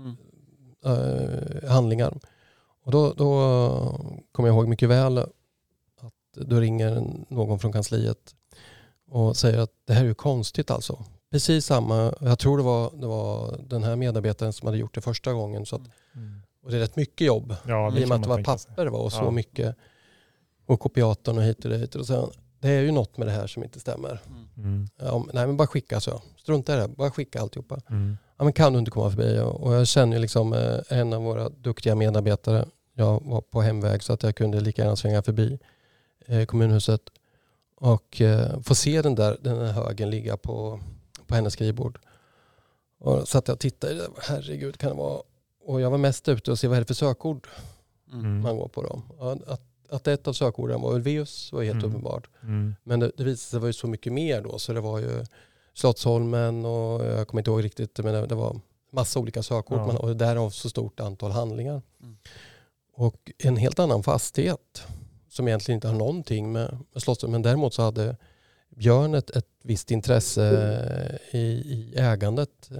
handlingar. Och då kommer jag ihåg mycket väl att då ringer någon från kansliet och säger att det här är ju konstigt alltså. Precis samma, jag tror det var den här medarbetaren som hade gjort det första gången. Så att, och det är rätt mycket jobb. Ja, I och med att det var papper och så mycket. Och kopiatorn och hit och dit. Och sen, det är ju något med det här som inte stämmer. Nej, men bara skicka så. Strunta i det, bara skicka alltihopa. Ja, men kan du inte komma förbi? Och jag känner ju liksom en av våra duktiga medarbetare. Jag var på hemväg så att jag kunde lika gärna svänga förbi kommunhuset. Och få se den här högen ligga på hennes skrivbord. Och så att jag tittade, herregud kan det vara. Och jag var mest ute och se vad är det för sökord man går på dem. Att ett av sökorden var Ulvaeus var helt uppenbart. Men det visade sig vara så mycket mer då. Så det var ju Slottsholmen och jag kommer inte ihåg riktigt, men det var massa olika sökord. Och därav så stort antal handlingar. Och en helt annan fastighet som egentligen inte har någonting med Slottsholmen. Men däremot så hade Björn ett visst intresse i ägandet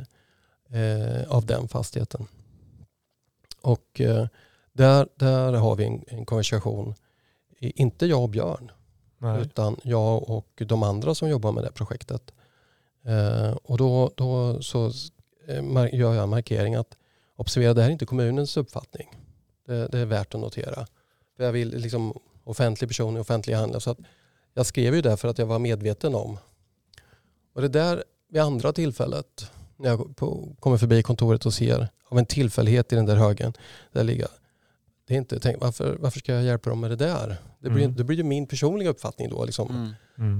av den fastigheten. Och där har vi en konversation. Inte jag och Björn. Nej. Utan jag och de andra som jobbar med det projektet. Och då så gör jag en markering att observera, det här är inte kommunens uppfattning. Det är värt att notera. För jag vill liksom offentlig person i offentliga handlingar. Så att jag skrev ju det för att jag var medveten om. Och det där vid andra tillfället när jag kommer förbi kontoret och ser av en tillfällighet i den där högen där ligger. Det är inte tänkt, varför ska jag hjälpa dem med det där? Det blir ju min personliga uppfattning då. Liksom.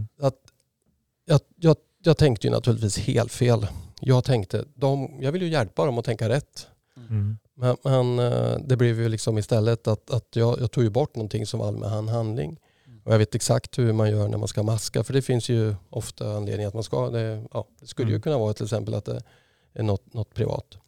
Att jag tänkte ju naturligtvis helt fel. Jag tänkte, jag vill ju hjälpa dem att tänka rätt. Men det blev ju liksom istället att jag tog ju bort någonting som var allmän handling. Och jag vet exakt hur man gör när man ska maska. För det finns ju ofta anledning att man ska. Det skulle ju kunna vara till exempel att det är något privat.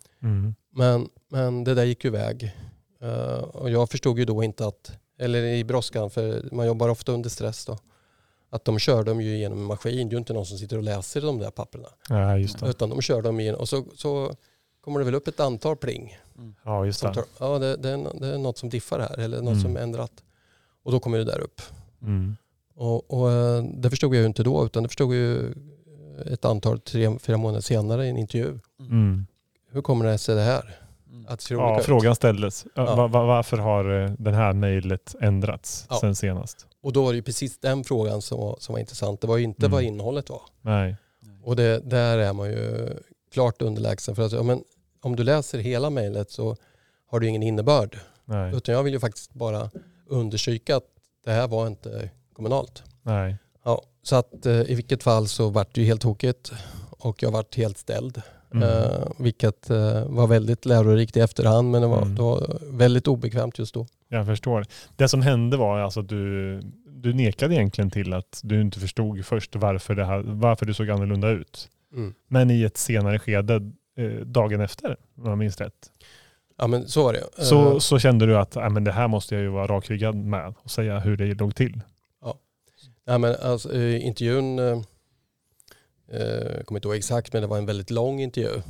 Men det där gick ju iväg. Och jag förstod ju då inte att, eller i brådskan, för man jobbar ofta under stress då, att de kör dem ju genom en maskin. Det är ju inte någon som sitter och läser de där papperna. Ja, just det. Utan de kör dem igenom och så kommer det väl upp ett antal pling. Ja, just det. Det är något som diffar här eller något som ändrat. Och då kommer det där upp. Och det förstod jag ju inte då, utan det förstod jag ju ett antal 3-4 månader senare i en intervju. Hur kommer det sig det här? Att frågan ställdes. Varför har den här mejlet ändrats sen senast? Och då var det ju precis den frågan som var intressant. Det var ju inte vad innehållet var. Nej. Och där är man ju klart underlägsen. För att, om du läser hela mejlet så har du ingen innebörd. Nej. Utan jag vill ju faktiskt bara understryka att det här var inte kommunalt. Nej. Ja, så att i vilket fall så vart det ju helt tokigt. Och jag vart helt ställd. Vilket var väldigt lärorikt i efterhand, men det var väldigt obekvämt just då. Jag förstår. Det som hände var alltså att du nekade egentligen till att du inte förstod först varför du såg annorlunda ut. Men i ett senare skede, dagen efter, om jag minns rätt. Ja, men så var det. Så kände du att men det här måste jag ju vara rakryggad med och säga hur det låg till. Ja, men alltså, intervjun jag kommer inte ihåg exakt, men det var en väldigt lång intervju.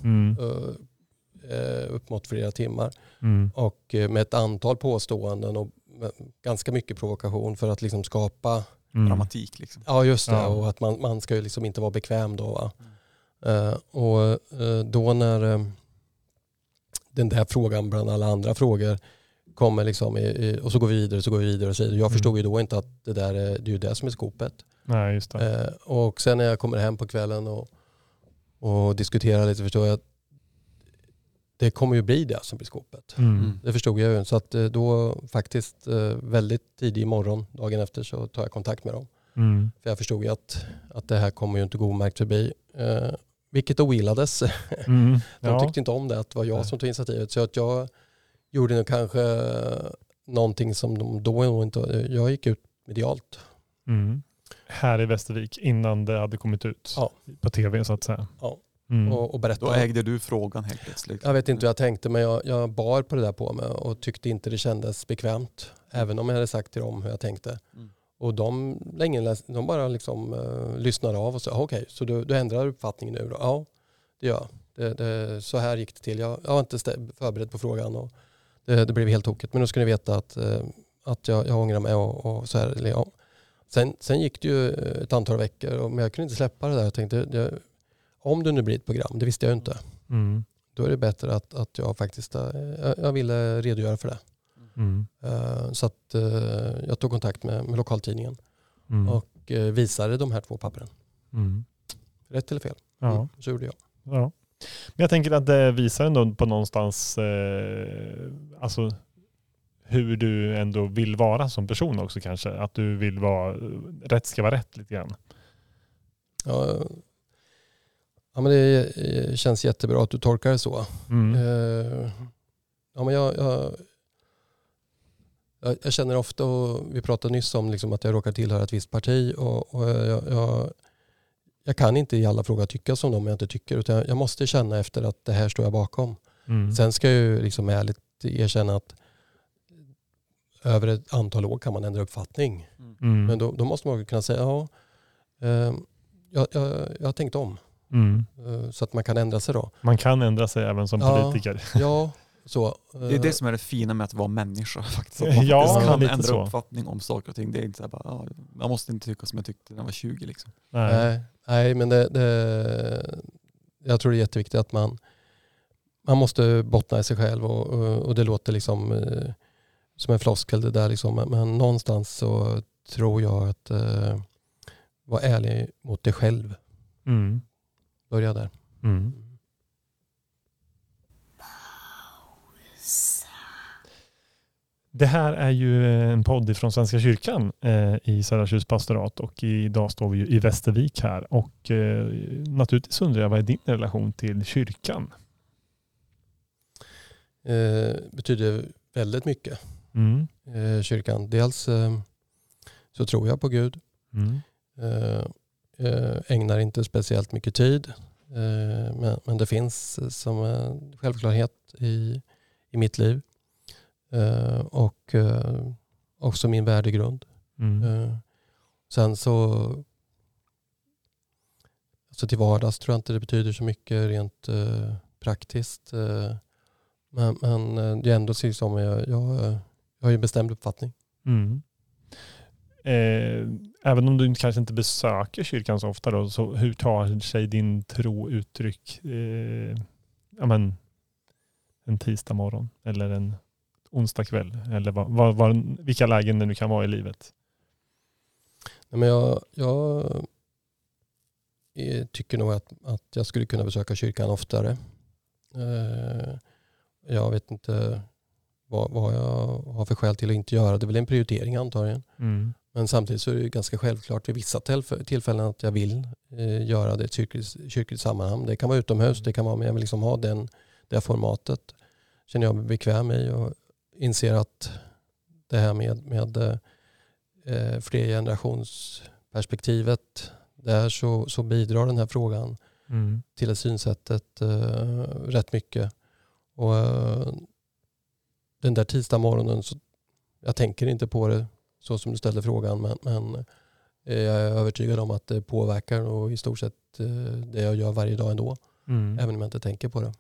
Upp mot flera timmar. Och med ett antal påståenden och ganska mycket provokation för att liksom skapa dramatik. Liksom. Ja, just det. Ja. Och att man ska ju liksom inte vara bekväm då. Va? Och då när den där frågan bland alla andra frågor kommer liksom och så går vi vidare och så. Jag förstod ju då inte att det är ju det som är skopet. Nej, just det. Och sen när jag kommer hem på kvällen och diskuterar lite, förstår jag att det kommer ju bli det som blir skopet. Det förstod jag ju. Så att då faktiskt väldigt tidig morgon, dagen efter, så tar jag kontakt med dem. För jag förstod ju att det här kommer ju inte gå omärkt förbi. Vilket ogillades. De tyckte inte om det, att det var jag som tog initiativet. Så att jag gjorde nog kanske någonting som de då inte... Jag gick ut medialt. Här i Västervik innan det hade kommit ut på tv så att säga. Ja. Och berättade. Då ägde du frågan helt plötsligt. Jag vet inte hur jag tänkte, men jag bar på det där på mig och tyckte inte det kändes bekvämt. Även om jag hade sagt till dem hur jag tänkte. Och de bara liksom lyssnade av och sa okej, så du ändrar uppfattningen nu då? Ja, det gör jag. Så här gick det till. Jag var inte förberedd på frågan och det blev helt tokigt. Men då ska ni veta att jag ångrar mig och så här. Ja. Sen gick det ju ett antal veckor, men jag kunde inte släppa det där. Jag tänkte, om det nu blir ett program, det visste jag inte. Då är det bättre att jag faktiskt jag ville redogöra för det. Så att jag tog kontakt med lokaltidningen och visade de här 2 pappren. Rätt eller fel? Så gjorde jag. Ja. Men jag tänker att det visar ändå på någonstans alltså hur du ändå vill vara som person också kanske. Att du vill vara, rätt ska vara rätt lite grann. Ja, men det känns jättebra att du tolkar det så. Ja, men jag känner ofta, och vi pratade nyss om liksom att jag råkar tillhöra ett visst parti och jag kan inte i alla frågor tycka som de jag inte tycker, utan jag måste känna efter att det här står jag bakom. Sen ska jag ju liksom ärligt erkänna att över ett antal år kan man ändra uppfattning. Men då måste man kunna säga jag har tänkt om. Så att man kan ändra sig då. Man kan ändra sig även som politiker. Ja, så. Det är det som är det fina med att vara människa faktiskt. Att man faktiskt kan ändra uppfattning om saker och ting. Det är inte så här bara, man måste inte tycka som jag tyckte när jag var 20 liksom. Nej, men jag tror det är jätteviktigt att man måste bottna i sig själv och det låter liksom som en floskel det där liksom, men någonstans så tror jag att vara ärlig mot dig själv. Börja där. Det här är ju en podd från Svenska kyrkan i Södra Tjust pastorat, och idag står vi ju i Västervik här, och naturligtvis undrar jag, vad är din relation till kyrkan? Betyder väldigt mycket. Kyrkan. Dels så tror jag på Gud. Ägnar inte speciellt mycket tid. Men det finns som en självklarhet i mitt liv. Och också min värdegrund. Sen så till vardags tror jag inte det betyder så mycket rent praktiskt. Men det är ändå som jag har ju bestämd uppfattning. Även om du kanske inte besöker kyrkan så ofta då, så hur tar sig din tro uttryck en tisdag morgon eller en onsdag kväll, eller vilka lägen det nu kan vara i livet? Men jag tycker nog att jag skulle kunna besöka kyrkan oftare. Jag vet inte vad jag har för skäl till att inte göra. Det är väl en prioritering antagligen. Men samtidigt så är det ganska självklart vid vissa tillfällen att jag vill göra det i ett kyrkligt sammanhang. Det kan vara utomhus, det kan vara, men jag vill liksom ha det formatet. Känner jag mig bekväm i och inser att det här med flergenerationsperspektivet, där så bidrar den här frågan till det synsättet rätt mycket. Och den där tisdag morgonen, så jag tänker inte på det så som du ställde frågan, men jag är övertygad om att det påverkar och i stort sett det jag gör varje dag ändå, även om jag inte tänker på det.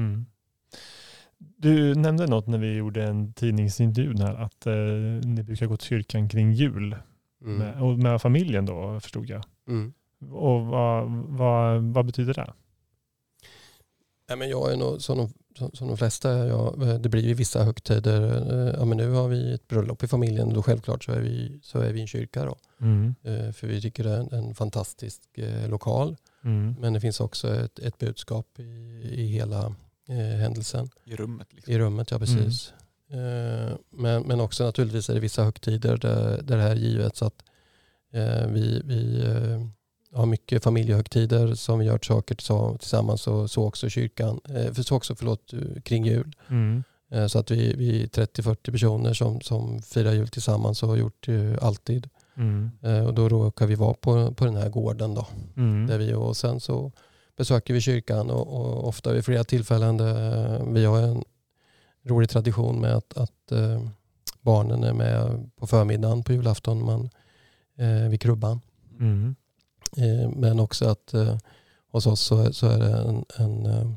Du nämnde något när vi gjorde en tidningsintervju här, att ni brukar gå till kyrkan kring jul med familjen då, förstod jag. Och vad betyder det? Ja, men jag är nog som de flesta. Det blir ju vissa högtider. Ja, men nu har vi ett bröllop i familjen. Då självklart så är vi i en kyrka då. För vi tycker det är en fantastisk lokal. Men det finns också ett budskap i hela händelsen. I rummet. Liksom. I rummet, ja precis. Men också naturligtvis är det vissa högtider där det här är givet. Så att vi har mycket familjehögtider som vi gör saker tillsammans. Så också kyrkan. Kring jul. Så att vi är 30-40 personer som firar jul tillsammans och har gjort alltid. Och då råkar vi vara på den här gården då. Där och sen så besöker vi kyrkan och ofta vid flera tillfällen vi har en rolig tradition med att barnen är med på förmiddagen på julafton vid krubban. Men också att hos oss så är det en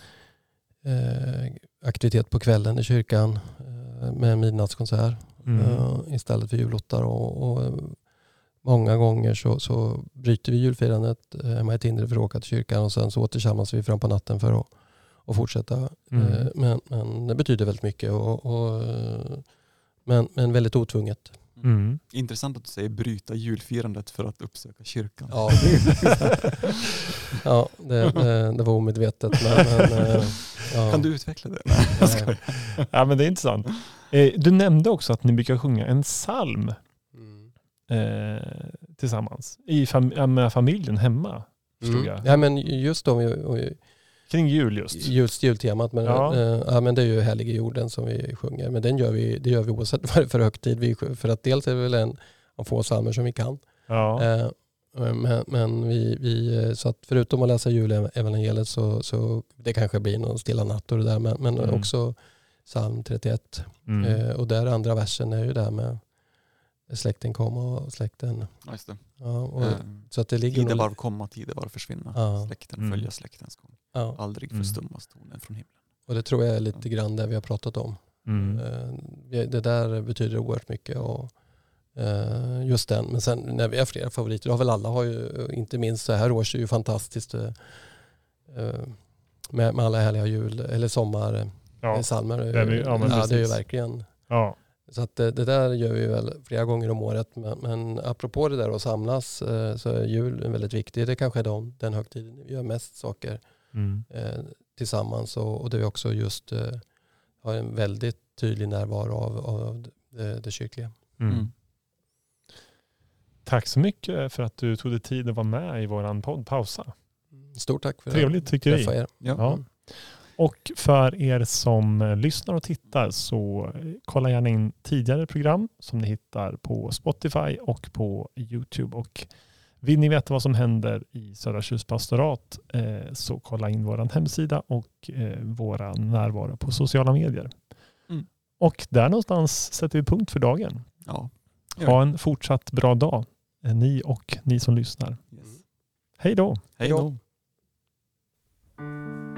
aktivitet på kvällen i kyrkan med en midnattskonsert istället för julottar och många gånger så bryter vi julfirandet hemma i Tindre för att åka till kyrkan och sen så återsamlas vi fram på natten för att fortsätta. Men det betyder väldigt mycket men väldigt otvunget. Intressant att du säger bryta julfirandet för att uppsöka kyrkan. Ja, det var omedvetet. Ja. Kan du utveckla det? Ja, men det är intressant. Du nämnde också att ni brukar sjunga en psalm tillsammans med familjen hemma. Förstod jag. Ja, men just då kring jul just. Just jultemat. Men, men det är ju Härlige jorden som vi sjunger. Men det gör vi oavsett vad det är för högtid. För att dels är det väl en av få psalmer som vi kan. Ja. Men vi så att förutom att läsa julevangeliet så det kanske blir någon stilla natt och det där. Men också psalm 31. Och där andra versen är ju där med släkten komma och släkten. Just det. Ja, så att det ligger tidevarv komma, tidevarv försvinna. Ja. Släkten följa släktens gång. Ja. Aldrig förstummas tonen från himlen. Och det tror jag är lite grann det vi har pratat om. Det där betyder oerhört mycket och just den. Men sen när vi har flera favoriter, har väl alla har ju, inte minst så här års är ju fantastiskt med alla härliga jul eller sommar psalmer. Det är ju verkligen. Ja. Så att det där gör vi väl flera gånger om året. Men apropå det där att samlas så är jul väldigt viktigt. Det kanske är den högtiden vi gör mest saker tillsammans. Och det är också just har en väldigt tydlig närvaro av det kyrkliga. Tack så mycket för att du tog dig tid att vara med i våran podd Pausa. Stort tack för trevligt tycker vi. Er. Ja. Och för er som lyssnar och tittar så kolla gärna in tidigare program som ni hittar på Spotify och på YouTube. Och vill ni veta vad som händer i Södra Tjus pastorat så kolla in vår hemsida och våra närvaro på sociala medier. Och där någonstans sätter vi punkt för dagen. Ja. Ha en fortsatt bra dag, ni och ni som lyssnar. Yes. Hej då! Hej då!